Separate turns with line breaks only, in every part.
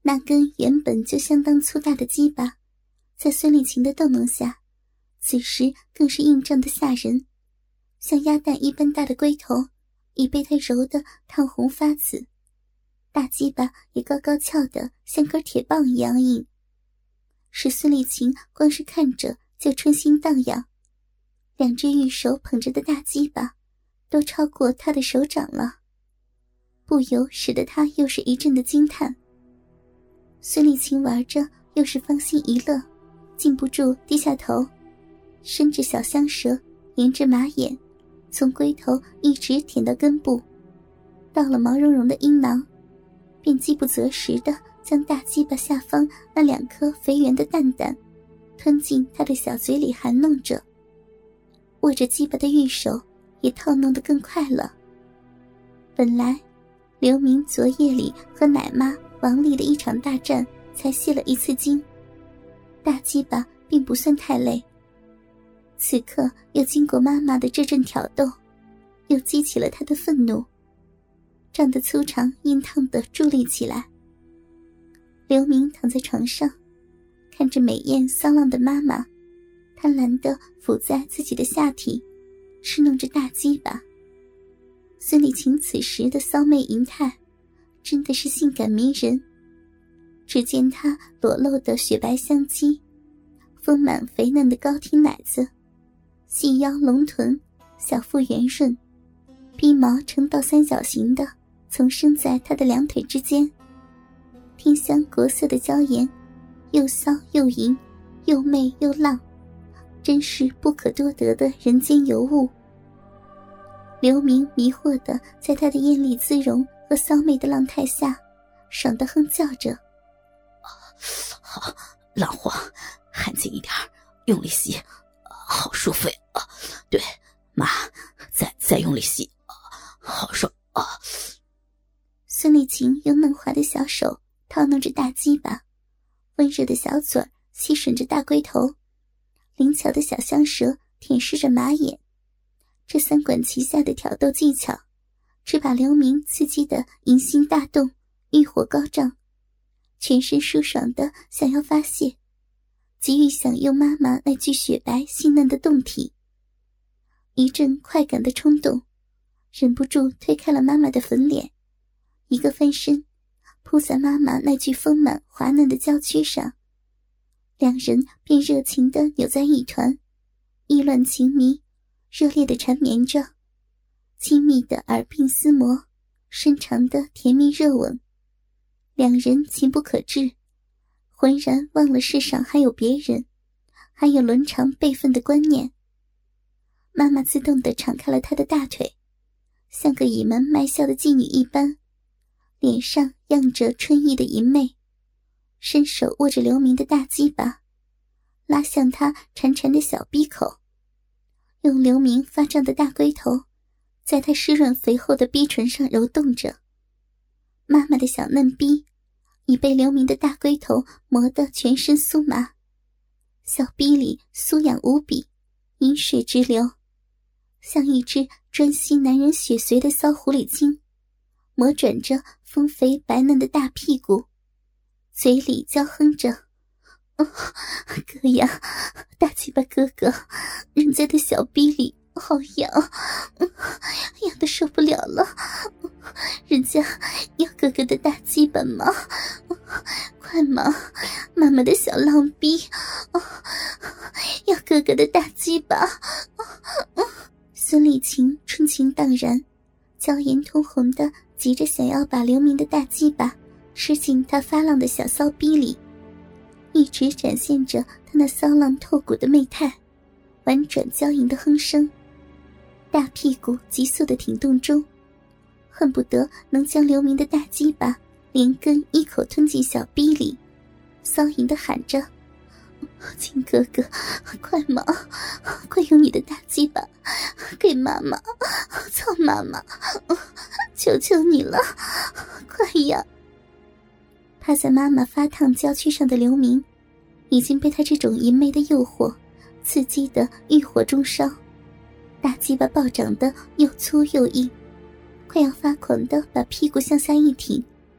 那根原本就相当粗大的鸡巴，在孙丽琴的逗弄下，此时更是硬胀得吓人，像鸭蛋一般大的龟头已被他揉得烫红发紫，大鸡巴也高高翘得像根铁棒一样硬，使孙丽琴光是看着就春心荡漾。两只玉手捧着的大鸡巴都超过他的手掌了，不由使得他又是一阵的惊叹。孙丽琴玩着又是芳心一乐，禁不住低下头，伸着小香舌，沿着马眼从龟头一直舔到根部，到了毛茸茸的阴囊，便饥不择食地将大鸡巴下方那2颗肥圆的蛋蛋吞进他的小嘴里含弄着。握着鸡巴的玉手也套弄得更快了。本来刘明昨夜里和奶妈王丽的一场大战才泄了一次精，大鸡巴并不算太累，此刻又经过妈妈的这阵挑逗，又激起了他的愤怒，胀得粗长硬烫地伫立起来。刘明躺在床上，看着美艳骚浪的妈妈贪婪地抚在自己的下体，吃弄着大鸡巴。孙丽琴此时的骚媚淫态真的是性感迷人，只见她裸露的雪白香肌，丰满肥嫩的高挺奶子，细腰龙臀，小腹圆润，逼毛呈倒三角形的丛生在她的2腿之间，天香国色的娇颜，又骚又淫，又媚又浪，真是不可多得的人间尤物。刘明迷惑地在他的艳丽姿容和骚媚的浪态下，爽地哼叫着：
好，浪花，含紧一点，用力吸，好舒服呀！对，妈，再用力吸，好爽啊！
孙丽琴用嫩滑的小手套弄着大鸡巴，温热的小嘴吸吮着大龟头，灵巧的小香舌舔舐着马眼，这3管齐下的挑逗技巧，只把刘明刺激的淫心大动，欲火高涨，全身舒爽的想要发泄，急于享用妈妈那具雪白细嫩的胴体。一阵快感的冲动，忍不住推开了妈妈的粉脸，一个翻身扑在妈妈那具丰满滑嫩的娇躯上，两人便热情地扭在一团，意乱情迷，热烈地缠绵着，亲密的耳鬓厮磨，深长的甜蜜热吻，两人情不可置，浑然忘了世上还有别人，还有伦常辈分的观念。妈妈自动地敞开了她的大腿，像个倚门卖笑的妓女一般，脸上漾着春意的淫媚，伸手握着刘明的大鸡巴，拉向他潺潺的小逼口，用刘明发胀的大龟头在他湿润肥厚的逼唇上揉动着。妈妈的小嫩逼已被刘明的大龟头磨得全身酥麻，小逼里酥痒无比，饮水直流，像一只专吸男人血髓的骚狐狸精，磨转着丰肥白嫩的大屁股，嘴里娇哼着：哥呀，大鸡巴哥哥，人家的小逼里好痒，痒得受不了了，人家要哥哥的大鸡巴吗？快嘛，妈妈的小浪逼，要哥哥的大鸡巴。孙丽琴春情荡然，娇颜通红的急着想要把刘明的大鸡巴吃进他发浪的小骚逼里，一直展现着他那骚浪透骨的媚态，婉转娇吟的哼声，大屁股急速的挺动中，恨不得能将刘明的大鸡巴连根一口吞进小逼里，骚淫的喊着：亲哥哥，快嘛，快用你的大鸡巴给妈妈，操妈妈，求求你了，快呀！趴在妈妈发烫娇躯上的刘明已经被他这种淫媚的诱惑刺激得欲火中烧，大鸡巴暴涨得又粗又硬，快要发狂地把屁股向下一挺，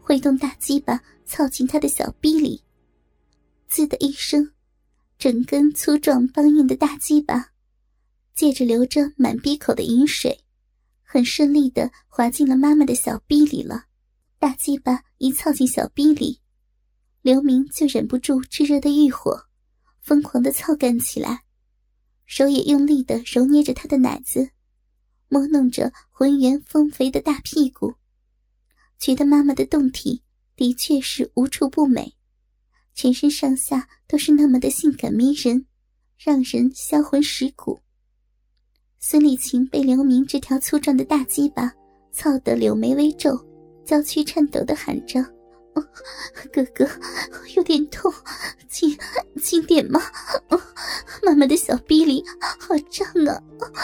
挥动大鸡巴操进他的小逼里，滋的一声，整根粗壮梆硬的大鸡巴借着流着满鼻口的饮水，很顺利地滑进了妈妈的小逼里了。大鸡巴一操进小逼里，刘明就忍不住炙热的欲火，疯狂地操干起来，手也用力地揉捏着她的奶子，摸弄着浑圆丰肥的大屁股，觉得妈妈的胴体的确是无处不美，全身上下都是那么的性感迷人，让人销魂蚀骨。孙丽琴被刘明这条粗壮的大鸡巴操得柳眉微皱，娇躯颤抖地喊着：哥哥，有点痛，轻点嘛，妈妈的小逼里好胀啊。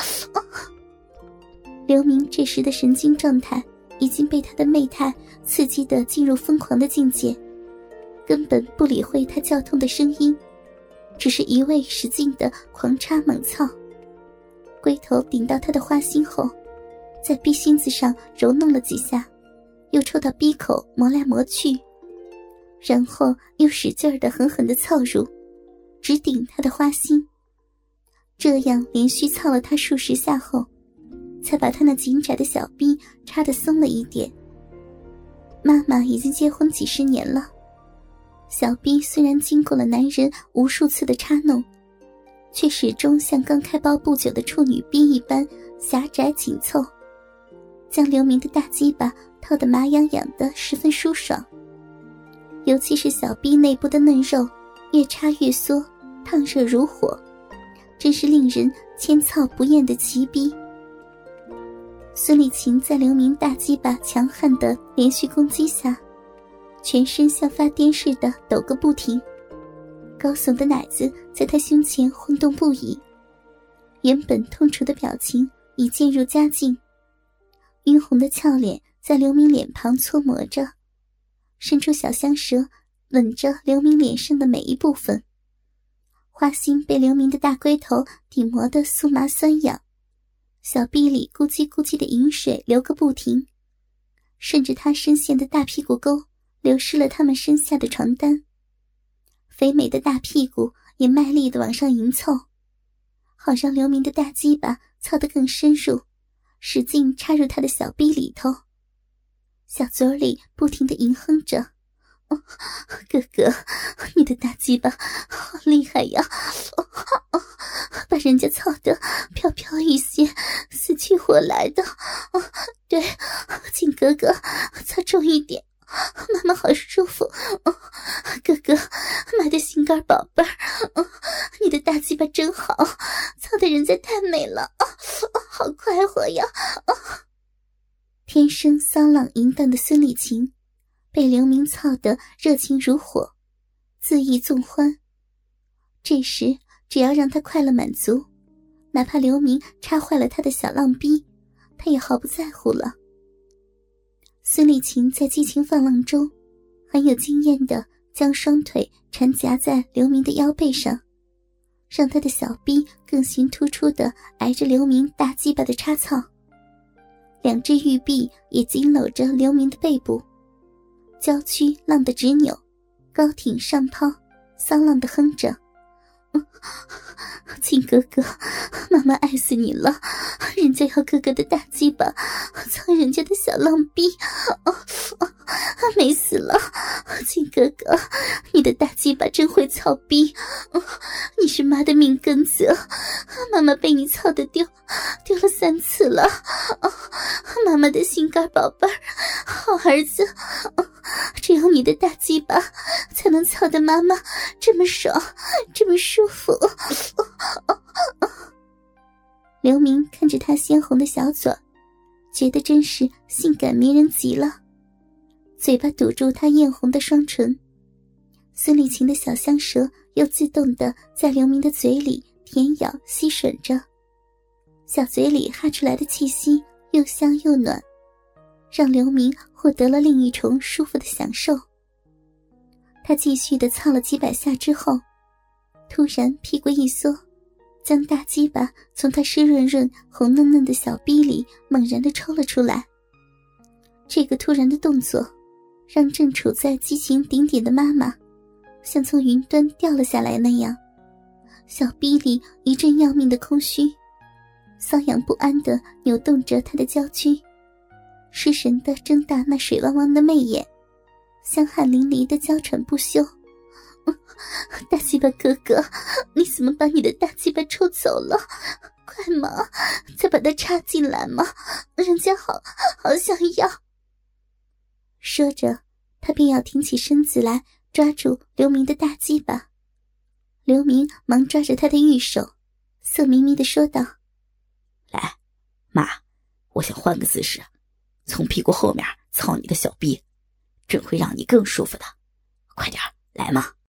刘明这时的神经状态已经被他的媚态刺激得进入疯狂的境界，根本不理会他叫痛的声音，只是一味使劲地狂插猛操。龟头顶到他的花心后，在逼心子上揉弄了几下，又抽到逼口磨来磨去，然后又使劲地狠狠地操入，直顶他的花心。这样连续操了他数十下后，才把他那紧窄的小逼插得松了一点。妈妈已经结婚几十年了，小逼虽然经过了男人无数次的插弄，却始终像刚开包不久的处女逼一般狭窄紧凑，将刘明的大鸡巴套得麻痒痒的，十分舒爽。尤其是小逼内部的嫩肉，越插越缩，烫热如火，真是令人千操不厌的奇逼。孙丽琴在刘明大鸡巴强悍的连续攻击下，全身像发癫似的抖个不停，高耸的奶子在他胸前晃动不已，原本痛楚的表情已渐入佳境，晕红的俏脸在刘明脸庞搓磨着，伸出小香舌吻着刘明脸上的每一部分，花心被刘明的大龟头顶磨得酥麻酸痒，小臂里咕叽咕叽的饮水流个不停，顺着他深陷的大屁股沟流失了他们身下的床单，肥美的大屁股也卖力地往上迎凑，好让刘明的大鸡巴操得更深入，使劲插入他的小逼里头。小嘴里不停地吟哼着：哥哥，你的大鸡巴好厉害呀，把人家操得飘飘欲仙，死去活来的。对，请哥哥操重一点，妈妈好舒服。哥哥，妈的心肝宝贝儿，你的大鸡巴真好，操得人家太美了，好快活呀。天生骚浪淫荡的孙丽琴被刘明操得热情如火，恣意纵欢。这时只要让他快乐满足，哪怕刘明插坏了他的小浪逼，他也毫不在乎了。孙丽琴在激情放浪中很有经验地将双腿缠夹在刘明的腰背上，让他的小逼更形突出地挨着刘明大鸡巴的插操，两只玉臂也紧搂着刘明的背部，娇躯浪得直扭，高挺上抛，骚浪地哼着：亲哥哥，妈妈爱死你了，人家要哥哥的大鸡巴操人家的小浪逼，美死了。亲哥哥，你的大鸡巴真会操逼，你是妈的命根子，妈妈被你操得丢了3次了，妈妈的心肝宝贝儿，好儿子，只有你的大鸡巴才能操得妈妈这么爽，这么舒服。刘明看着他鲜红的小嘴，觉得真是性感迷人极了，嘴巴堵住他艳红的双唇，孙丽琴的小香舌又自动地在刘明的嘴里舔咬吸吮着，小嘴里哈出来的气息又香又暖，让刘明获得了另一重舒服的享受。他继续地操了几百下之后，突然屁股一缩，将大鸡巴从他湿润润红嫩嫩的小逼里猛然地抽了出来。这个突然的动作让正处在激情顶点的妈妈像从云端掉了下来那样，小臂里一阵要命的空虚，瘙痒不安地扭动着她的娇躯，失神地睁大那水汪汪的媚眼，香汗淋漓地娇喘不休。大鸡巴哥哥，你怎么把你的大鸡巴抽走了？快嘛，再把它插进来嘛，人家好想要。说着，他便要挺起身子来抓住刘明的大鸡巴。刘明忙抓着他的玉手，色眯眯地说道：
来，妈，我想换个姿势，从屁股后面操你的小臂，这会让你更舒服的。快点来嘛。